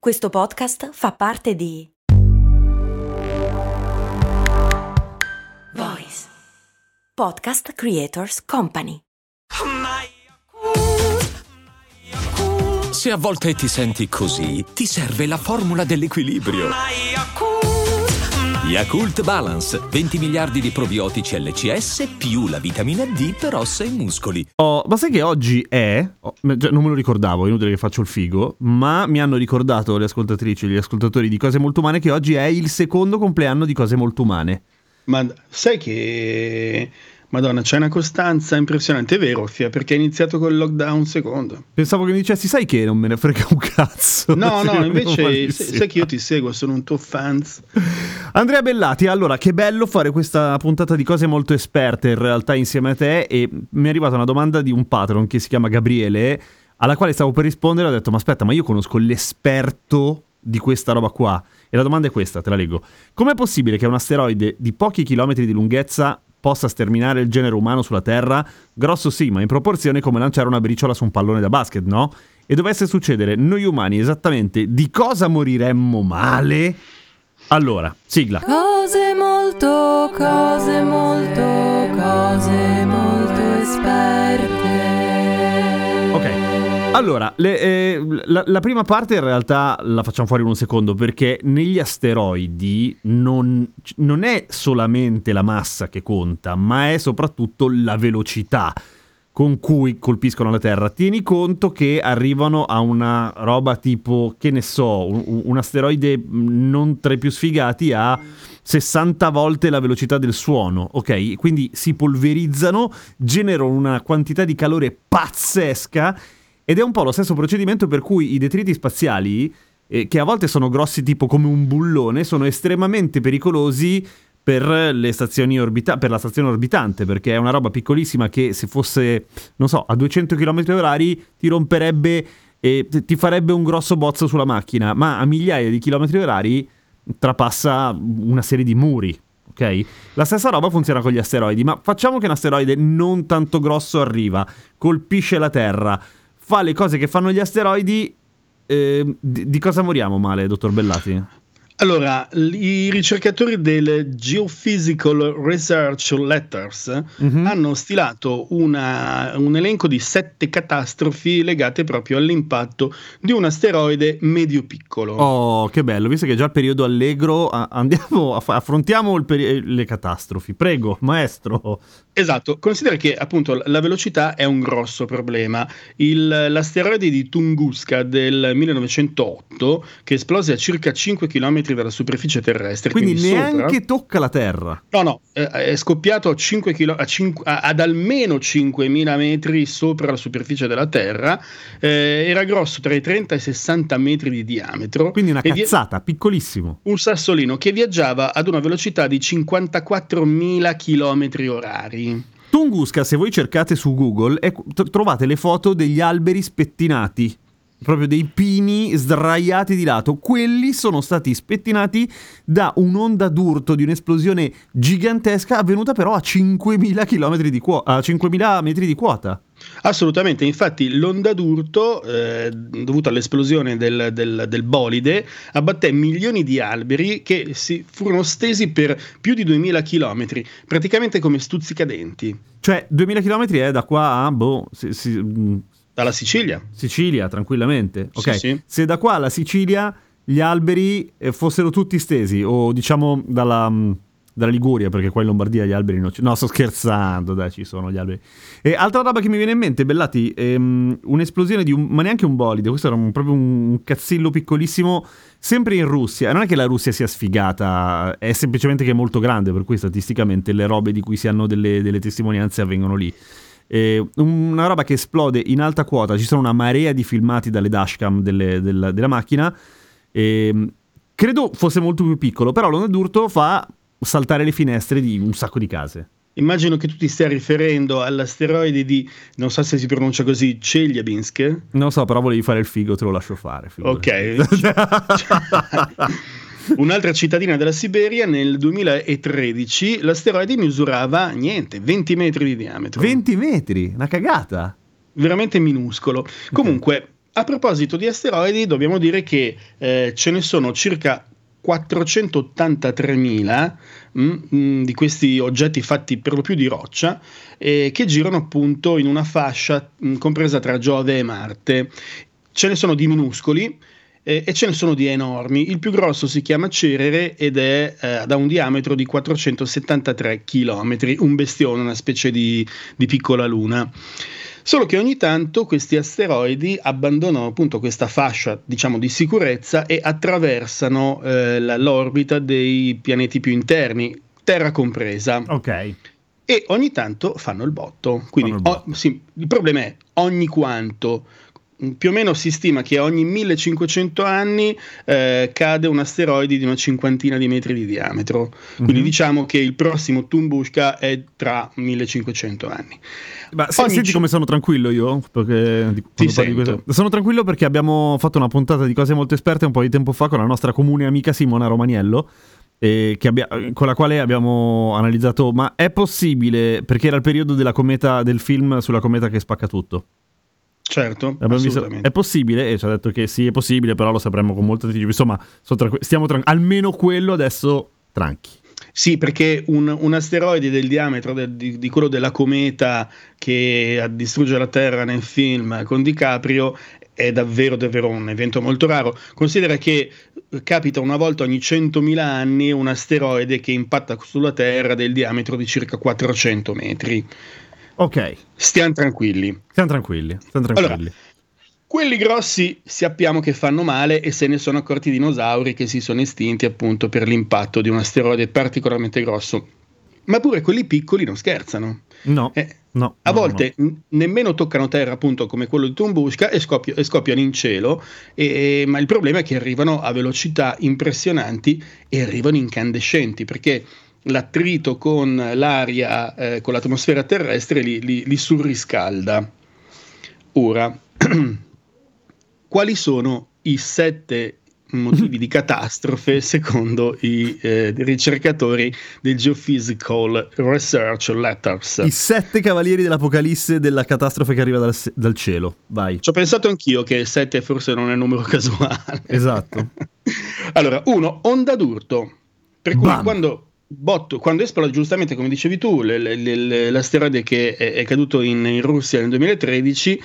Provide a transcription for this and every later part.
Questo podcast fa parte di Voice Podcast Creators Company. Se a volte ti senti così, ti serve la formula dell'equilibrio. Yakult Balance, 20 miliardi di probiotici LCS più la vitamina D per ossa e muscoli. Ma sai che oggi non me lo ricordavo, è inutile che faccio il figo, ma mi hanno ricordato le ascoltatrici e gli ascoltatori di Cose Molto Umane che oggi è il secondo compleanno di Cose Molto Umane. Ma sai che... Madonna, c'è una costanza impressionante, è vero, Fia, perché è iniziato col lockdown secondo. Pensavo che mi dicessi, sai che non me ne frega un cazzo. No, invece sai che io ti seguo, sono un tuo fans. Andrea Bellati, allora, che bello fare questa puntata di cose molto esperte in realtà insieme a te, e mi è arrivata una domanda di un patron che si chiama Gabriele, alla quale stavo per rispondere e ho detto, ma aspetta, ma io conosco l'esperto di questa roba qua. E la domanda è questa, te la leggo. Com'è possibile che un asteroide di pochi chilometri di lunghezza possa sterminare il genere umano sulla Terra? Grosso sì, ma in proporzione come lanciare una briciola su un pallone da basket, no? E dovesse succedere noi umani esattamente di cosa moriremmo male? Allora, sigla. Cose molto esperte. Ok. Allora, la prima parte in realtà la facciamo fuori in un secondo, perché negli asteroidi non è solamente la massa che conta, ma è soprattutto la velocità con cui colpiscono la Terra. Tieni conto che arrivano a una roba tipo, che ne so, un asteroide non tra i più sfigati a 60 volte la velocità del suono, ok? Quindi si polverizzano, generano una quantità di calore pazzesca. Ed è un po' lo stesso procedimento per cui i detriti spaziali, che a volte sono grossi tipo come un bullone, sono estremamente pericolosi per le stazioni per la stazione orbitante, perché è una roba piccolissima che se fosse, non so, a 200 km/h ti romperebbe e ti farebbe un grosso bozzo sulla macchina, ma a migliaia di km/h trapassa una serie di muri. Ok? La stessa roba funziona con gli asteroidi, ma facciamo che un asteroide non tanto grosso arriva, colpisce la Terra, fa le cose che fanno gli asteroidi, di cosa moriamo male, dottor Bellati? Allora, i ricercatori del Geophysical Research Letters hanno stilato un elenco di 7 catastrofi legate proprio all'impatto di un asteroide medio-piccolo. Oh, che bello, visto che è già il periodo allegro, affrontiamo le catastrofi. Prego, maestro. Esatto, considera che appunto la velocità è un grosso problema. L'asteroide di Tunguska del 1908, che esplose a circa 5 km dalla superficie terrestre. Quindi neanche tocca la Terra. No, è scoppiato ad almeno 5.000 metri sopra la superficie della Terra. Era grosso tra i 30 e i 60 metri di diametro. Quindi una cazzata, piccolissimo. Un sassolino che viaggiava ad una velocità di 54.000 km orari. Tunguska, se voi cercate su Google, trovate le foto degli alberi spettinati, proprio dei pini sdraiati di lato. Quelli sono stati spettinati da un'onda d'urto di un'esplosione gigantesca avvenuta però a 5.000 metri di quota. Assolutamente, infatti l'onda d'urto dovuta all'esplosione del bolide abbatté milioni di alberi che si furono stesi per più di 2.000 chilometri, praticamente come stuzzicadenti. Cioè 2.000 chilometri è da qua a dalla Sicilia. Sicilia, tranquillamente. Ok. Sì. Se da qua alla Sicilia gli alberi fossero tutti stesi, o diciamo dalla Liguria, perché qua in Lombardia gli alberi no, sto scherzando, dai, ci sono gli alberi. E altra roba che mi viene in mente, Bellati, un'esplosione ma neanche un bolide, questo era proprio un cazzillo piccolissimo, sempre in Russia. Non è che la Russia sia sfigata, è semplicemente che è molto grande, per cui statisticamente le robe di cui si hanno delle testimonianze avvengono lì. Una roba che esplode in alta quota, ci sono una marea di filmati dalle dashcam della macchina, credo fosse molto più piccolo, però l'onda d'urto fa saltare le finestre di un sacco di case. Immagino che tu ti stia riferendo all'asteroide di, non so se si pronuncia così, Chelyabinsk. Non so, però volevi fare il figo, te lo lascio fare. Ok. Un'altra cittadina della Siberia, nel 2013 l'asteroide misurava 20 metri di diametro. 20 metri? Una cagata. Veramente minuscolo. Okay. Comunque, A proposito di asteroidi, dobbiamo dire che ce ne sono circa 483.000 di questi oggetti fatti per lo più di roccia, che girano appunto in una fascia compresa tra Giove e Marte. Ce ne sono di minuscoli e ce ne sono di enormi. Il più grosso si chiama Cerere ed è da un diametro di 473 km, un bestione, una specie di piccola luna. Solo che ogni tanto questi asteroidi abbandonano appunto questa fascia, diciamo, di sicurezza e attraversano l'orbita dei pianeti più interni, Terra compresa. Ok. E ogni tanto fanno il botto. Quindi sì, il problema è ogni quanto. Più o meno si stima che ogni 1500 anni cade un asteroide di una cinquantina di metri di diametro. Quindi diciamo che il prossimo Tunguska è tra 1500 anni. Ma senti come sono tranquillo io? Perché sono tranquillo perché abbiamo fatto una puntata di Cose Molto Esperte un po' di tempo fa con la nostra comune amica Simona Romaniello, con la quale abbiamo analizzato, ma è possibile, perché era il periodo della cometa, del film sulla cometa che spacca tutto. Certo, è possibile, e ci ha detto che sì, è possibile, però lo sapremo con molto anticipo. Insomma, stiamo almeno quello adesso tranqui. Sì, perché un asteroide del diametro di quello della cometa che distrugge la Terra nel film con DiCaprio è davvero un evento molto raro. Considera che capita una volta ogni 100.000 anni un asteroide che impatta sulla Terra del diametro di circa 400 metri. Ok. Stiamo tranquilli. Allora, quelli grossi sappiamo che fanno male e se ne sono accorti i dinosauri che si sono estinti appunto per l'impatto di un asteroide particolarmente grosso. Ma pure quelli piccoli non scherzano. No. A volte nemmeno toccano terra, appunto come quello di Tunguska, e scoppiano in cielo, ma il problema è che arrivano a velocità impressionanti e arrivano incandescenti, perché l'attrito con l'aria, con l'atmosfera terrestre li surriscalda. Ora, quali sono i 7 motivi di catastrofe secondo i ricercatori del Geophysical Research Letters? I 7 cavalieri dell'Apocalisse della catastrofe che arriva dal cielo. Vai. Ci ho pensato anch'io che 7 forse non è un numero casuale. Esatto. Allora, 1, onda d'urto. Per cui quando esplode, giustamente come dicevi tu, l'asteroide che è caduto in Russia nel 2013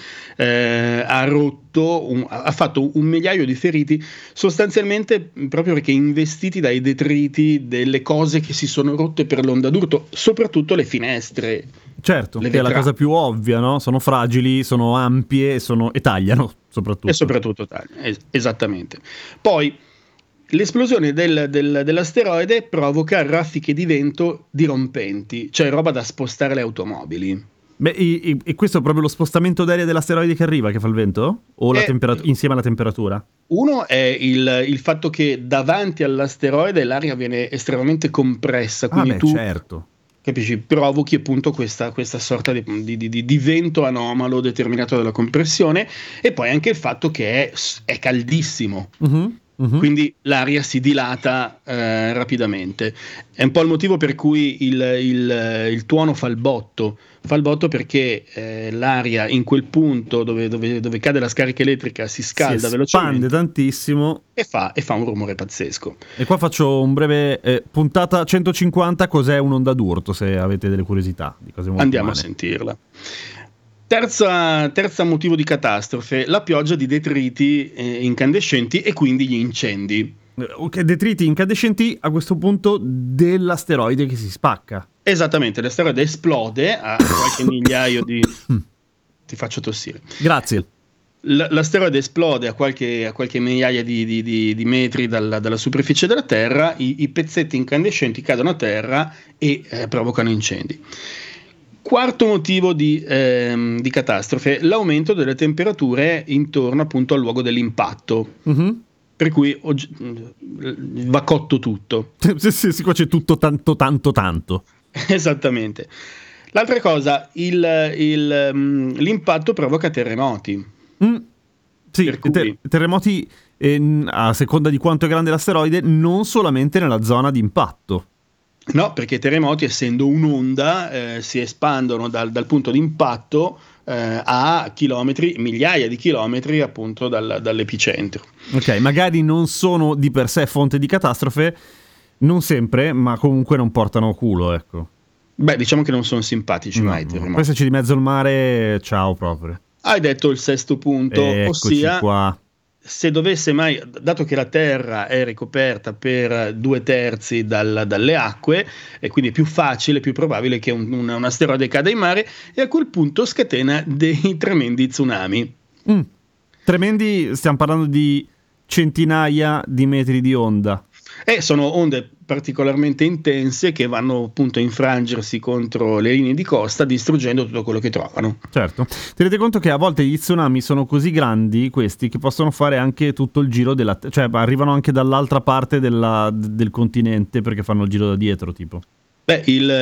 ha fatto 1 migliaio di feriti, sostanzialmente proprio perché investiti dai detriti delle cose che si sono rotte per l'onda d'urto, soprattutto le finestre. Certo, che è la cosa più ovvia, no? Sono fragili, sono ampie e tagliano soprattutto. E soprattutto tagliano, esattamente. Poi l'esplosione dell'asteroide provoca raffiche di vento dirompenti, cioè roba da spostare le automobili. Beh, e questo è proprio lo spostamento d'aria dell'asteroide che arriva che fa il vento? O insieme alla temperatura? Uno è il fatto che davanti all'asteroide l'aria viene estremamente compressa, quindi certo. Capisci? Provochi appunto questa sorta di vento anomalo determinato dalla compressione, e poi anche il fatto che è caldissimo. Quindi l'aria si dilata rapidamente. È un po' il motivo per cui il tuono fa il botto perché l'aria in quel punto dove cade la scarica elettrica si scalda velocemente, espande tantissimo e fa un rumore pazzesco. E qua faccio un breve puntata 150, cos'è un'onda d'urto, se avete delle curiosità di cose molto andiamo umane. A sentirla. Terza motivo di catastrofe, la pioggia di detriti incandescenti e quindi gli incendi. Ok, detriti incandescenti a questo punto dell'asteroide che si spacca. Esattamente, l'asteroide esplode a qualche migliaio di... Ti faccio tossire. Grazie. L'asteroide esplode a qualche migliaia di metri dalla superficie della Terra, i pezzetti incandescenti cadono a terra e provocano incendi. Quarto motivo di catastrofe, l'aumento delle temperature intorno appunto al luogo dell'impatto, per cui va cotto tutto. Sì, qua c'è tutto tanto. Esattamente. L'altra cosa, l'impatto provoca terremoti. Sì, terremoti a seconda di quanto è grande l'asteroide, non solamente nella zona di impatto. No, perché i terremoti, essendo un'onda, si espandono dal punto di impatto a chilometri, migliaia di chilometri appunto dall'epicentro. Ok, magari non sono di per sé fonte di catastrofe, non sempre, ma comunque non portano culo, ecco. Beh, diciamo che non sono simpatici mai. Poi se c'è di mezzo il mare, ciao proprio. Hai detto il sesto punto, Eccoci ossia qua. se dovesse mai, dato che la Terra è ricoperta per 2/3 dalle acque, e quindi è più facile, più probabile che un asteroide cada in mare, e a quel punto scatena dei tremendi tsunami. Tremendi, stiamo parlando di centinaia di metri di onda. Sono onde particolarmente intense che vanno appunto a infrangersi contro le linee di costa, distruggendo tutto quello che trovano. Certo. Tenete conto che a volte gli tsunami sono così grandi, questi, che possono fare anche tutto il giro cioè arrivano anche dall'altra parte del continente, perché fanno il giro da dietro, tipo. Beh,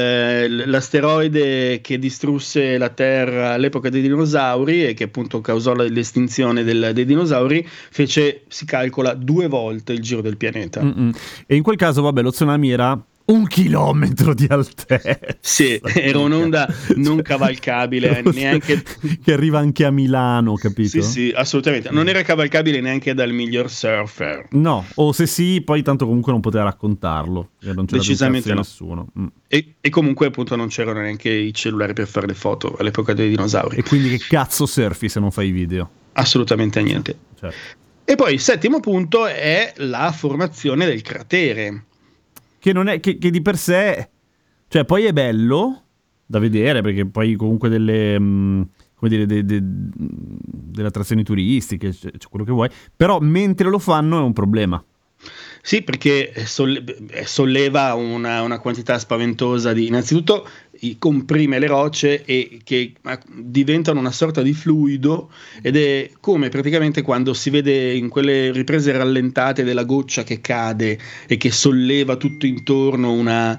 l'asteroide che distrusse la Terra all'epoca dei dinosauri e che appunto causò l'estinzione dei dinosauri si calcola 2 volte il giro del pianeta. E in quel caso, vabbè, lo tsunami era 1 chilometro di altezza. Sì, era un'onda non cavalcabile, neanche che arriva anche a Milano, capito? Sì, assolutamente. Non era cavalcabile neanche dal miglior surfer. No, o se sì, poi tanto comunque non poteva raccontarlo. Non c'era decisamente no. Nessuno. E comunque appunto non c'erano neanche i cellulari per fare le foto all'epoca dei dinosauri. E quindi che cazzo surfi se non fai video? Assolutamente niente. Certo. E poi il settimo punto è la formazione del cratere. Che non è che di per sé, cioè poi è bello da vedere, perché poi comunque delle come dire delle attrazioni turistiche, c'è quello che vuoi, però mentre lo fanno è un problema. Sì, perché solleva una quantità spaventosa innanzitutto comprime le rocce e che diventano una sorta di fluido, ed è come praticamente quando si vede in quelle riprese rallentate della goccia che cade e che solleva tutto intorno una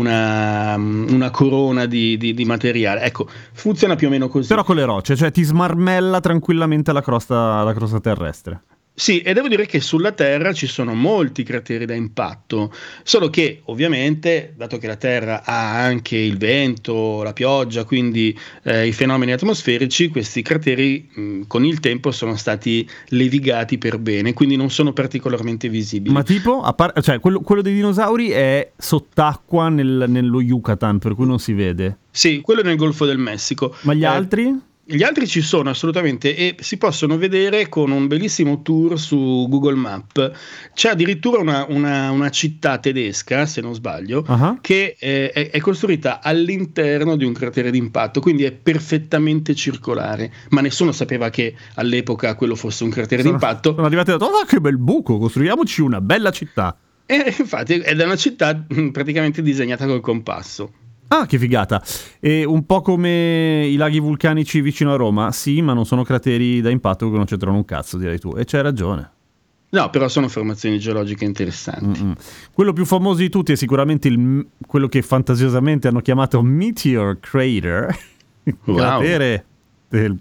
corona di materiale. Ecco, funziona più o meno così. Però con le rocce, cioè ti smarmella tranquillamente la crosta terrestre. Sì, e devo dire che sulla Terra ci sono molti crateri da impatto, solo che ovviamente, dato che la Terra ha anche il vento, la pioggia, quindi i fenomeni atmosferici, questi crateri con il tempo sono stati levigati per bene, quindi non sono particolarmente visibili. Ma tipo, cioè quello dei dinosauri è sott'acqua nello Yucatan, per cui non si vede? Sì, quello è nel Golfo del Messico. Ma gli altri? Gli altri ci sono assolutamente, e si possono vedere con un bellissimo tour su Google Map. C'è addirittura una città tedesca, se non sbaglio, che è costruita all'interno di un cratere d'impatto, quindi è perfettamente circolare, ma nessuno sapeva che all'epoca quello fosse un cratere d'impatto. Sono arrivati e hanno detto: oh, che bel buco, costruiamoci una bella città. E infatti è una città praticamente disegnata col compasso. Ah, che figata. E un po' come i laghi vulcanici vicino a Roma. Sì, ma non sono crateri da impatto, che non c'entrano un cazzo, direi tu. E c'hai ragione. No, però sono formazioni geologiche interessanti. Quello più famoso di tutti è sicuramente quello che fantasiosamente hanno chiamato Meteor Crater. Wow. Cratere del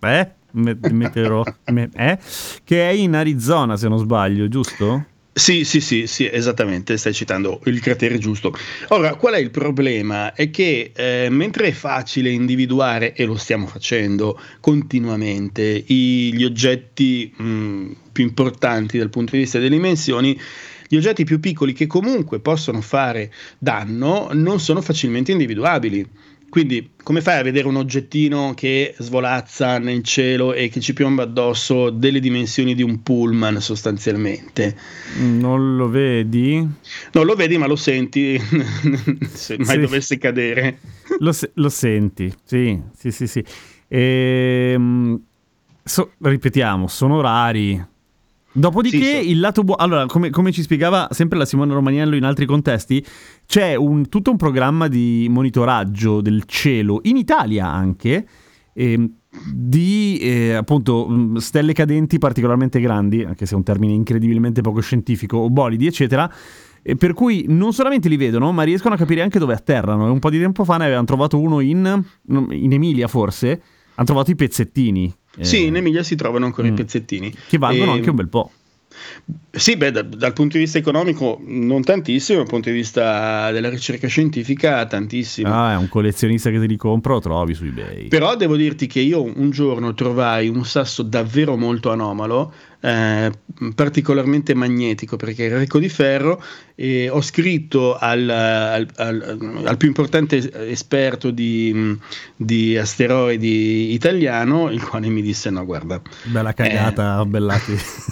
che è in Arizona, se non sbaglio, giusto? Sì, esattamente, stai citando il cratere giusto. Ora, qual è il problema? È che mentre è facile individuare, e lo stiamo facendo continuamente, gli oggetti più importanti dal punto di vista delle dimensioni, gli oggetti più piccoli che comunque possono fare danno non sono facilmente individuabili. Quindi come fai a vedere un oggettino che svolazza nel cielo e che ci piomba addosso delle dimensioni di un pullman sostanzialmente? Non lo vedi? Non lo vedi, ma lo senti se mai dovesse cadere. Lo senti, sì. Ripetiamo, sono rari. Dopodiché il lato buono, allora come ci spiegava sempre la Simona Romaniello in altri contesti, c'è tutto un programma di monitoraggio del cielo, in Italia anche, di appunto stelle cadenti particolarmente grandi, anche se è un termine incredibilmente poco scientifico, o bolidi eccetera, per cui non solamente li vedono, ma riescono a capire anche dove atterrano. E un po' di tempo fa ne avevano trovato uno in Emilia, forse, hanno trovato i pezzettini. Sì, in Emilia si trovano ancora i pezzettini. Che valgono anche un bel po'. Sì, beh, dal punto di vista economico non tantissimo, dal punto di vista della ricerca scientifica tantissimo. Ah, è un collezionista che te li compra, lo trovi su eBay. Però devo dirti che io un giorno trovai un sasso davvero molto anomalo, particolarmente magnetico perché era ricco di ferro, e ho scritto al più importante esperto di asteroidi italiano, il quale mi disse no, guarda, bella cagata, Bellati.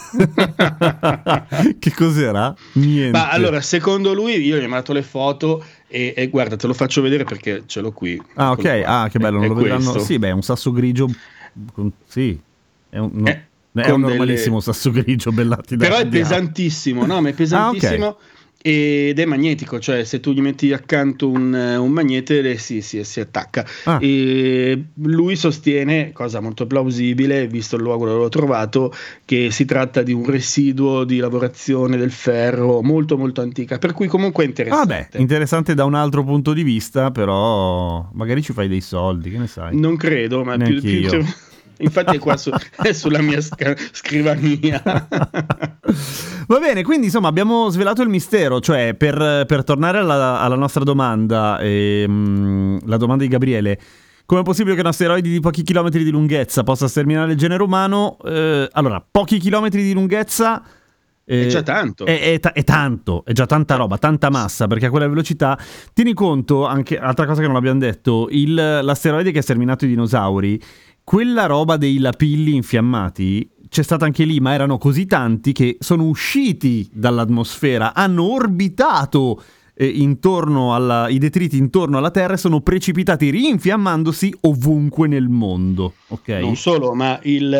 Che cos'era? Niente. ma allora secondo lui, io gli ho mandato le foto e guarda, te lo faccio vedere perché ce l'ho qui. Ah, ok. Eccolo qua. Che bello, non È lo vedranno. questo. Sì, beh, è un sasso grigio sì, è un, no, è Con un normalissimo sasso grigio, Bellati. Però è andiamo. pesantissimo, no? Ma è pesantissimo. ok. Ed è magnetico, cioè se tu gli metti accanto un magnete si attacca. Ah. E lui sostiene, cosa molto plausibile, visto il luogo dove l'ho trovato, che si tratta di un residuo di lavorazione del ferro molto molto antica, per cui comunque è interessante. Vabbè, interessante da un altro punto di vista, però magari ci fai dei soldi, che ne sai? Non credo, ma più, Neanch'io. infatti è qua è sulla mia scrivania. Va bene, quindi insomma abbiamo svelato il mistero, cioè per tornare alla nostra domanda, la domanda di Gabriele, come è possibile che un asteroide di pochi chilometri di lunghezza possa sterminare il genere umano? Allora, pochi chilometri di lunghezza... È già tanto. È tanto, è già tanta roba, tanta massa, perché a quella velocità, tieni conto, anche altra cosa che non abbiamo detto, l'asteroide che ha sterminato i dinosauri, quella roba dei lapilli infiammati, c'è stata anche lì, ma erano così tanti che sono usciti dall'atmosfera, hanno orbitato intorno i detriti intorno alla Terra e sono precipitati rinfiammandosi ovunque nel mondo, ok? Non solo, ma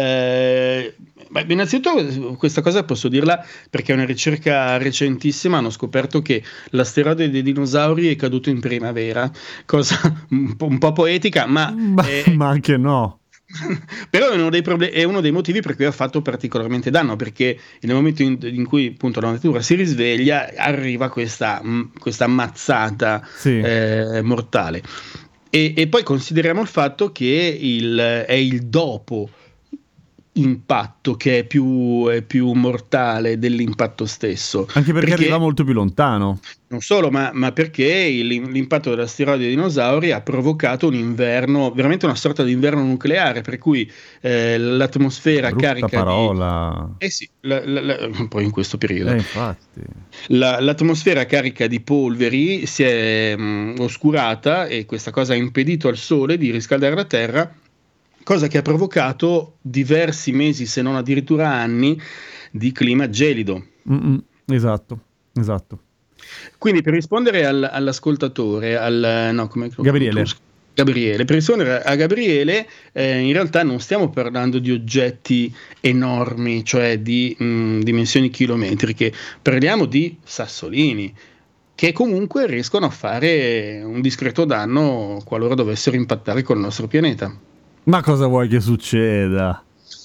innanzitutto questa cosa posso dirla perché è una ricerca recentissima, hanno scoperto che l'asteroide dei dinosauri è caduto in primavera, cosa un po' poetica, ma ma anche no. però è uno dei motivi per cui ha fatto particolarmente danno, perché nel momento in cui appunto la natura si risveglia arriva questa mazzata Sì. mortale, e poi consideriamo il fatto che è il dopo impatto che è più mortale dell'impatto stesso, Anche perché arriva molto più lontano. non solo, ma perché l'impatto dell'asteroide dei dinosauri ha provocato un inverno, veramente una sorta di inverno nucleare, per cui l'atmosfera Brutta carica parola. sì, poi in questo periodo Infatti. l'atmosfera carica di polveri si è oscurata, e questa cosa ha impedito al Sole di riscaldare la Terra, cosa che ha provocato diversi mesi, se non addirittura anni, di clima gelido. Esatto. Quindi per rispondere all'ascoltatore, Gabriele, per rispondere a Gabriele, in realtà non stiamo parlando di oggetti enormi, cioè di dimensioni chilometriche, parliamo di sassolini che comunque riescono a fare un discreto danno qualora dovessero impattare col nostro pianeta. ma cosa vuoi che succeda?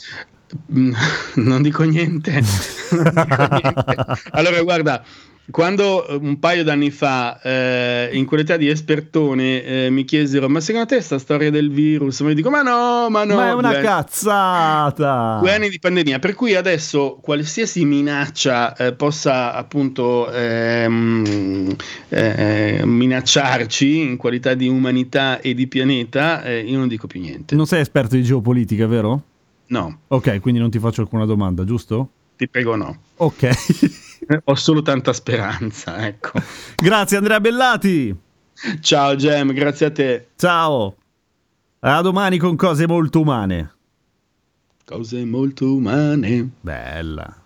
Non dico niente. Allora guarda, quando un paio d'anni fa in qualità di espertone mi chiesero: ma secondo te sta storia del virus? Ma io dico ma no, Ma è una cazzata. 2 anni di pandemia, per cui adesso qualsiasi minaccia possa appunto minacciarci in qualità di umanità e di pianeta, io non dico più niente. Non sei esperto di geopolitica, vero? No, Ok, quindi non ti faccio alcuna domanda, giusto? ti prego no. Ok. Ho solo tanta speranza, ecco. Grazie Andrea Bellati. Ciao Gem, grazie a te. Ciao. A domani con cose molto umane. Cose molto umane. Bella.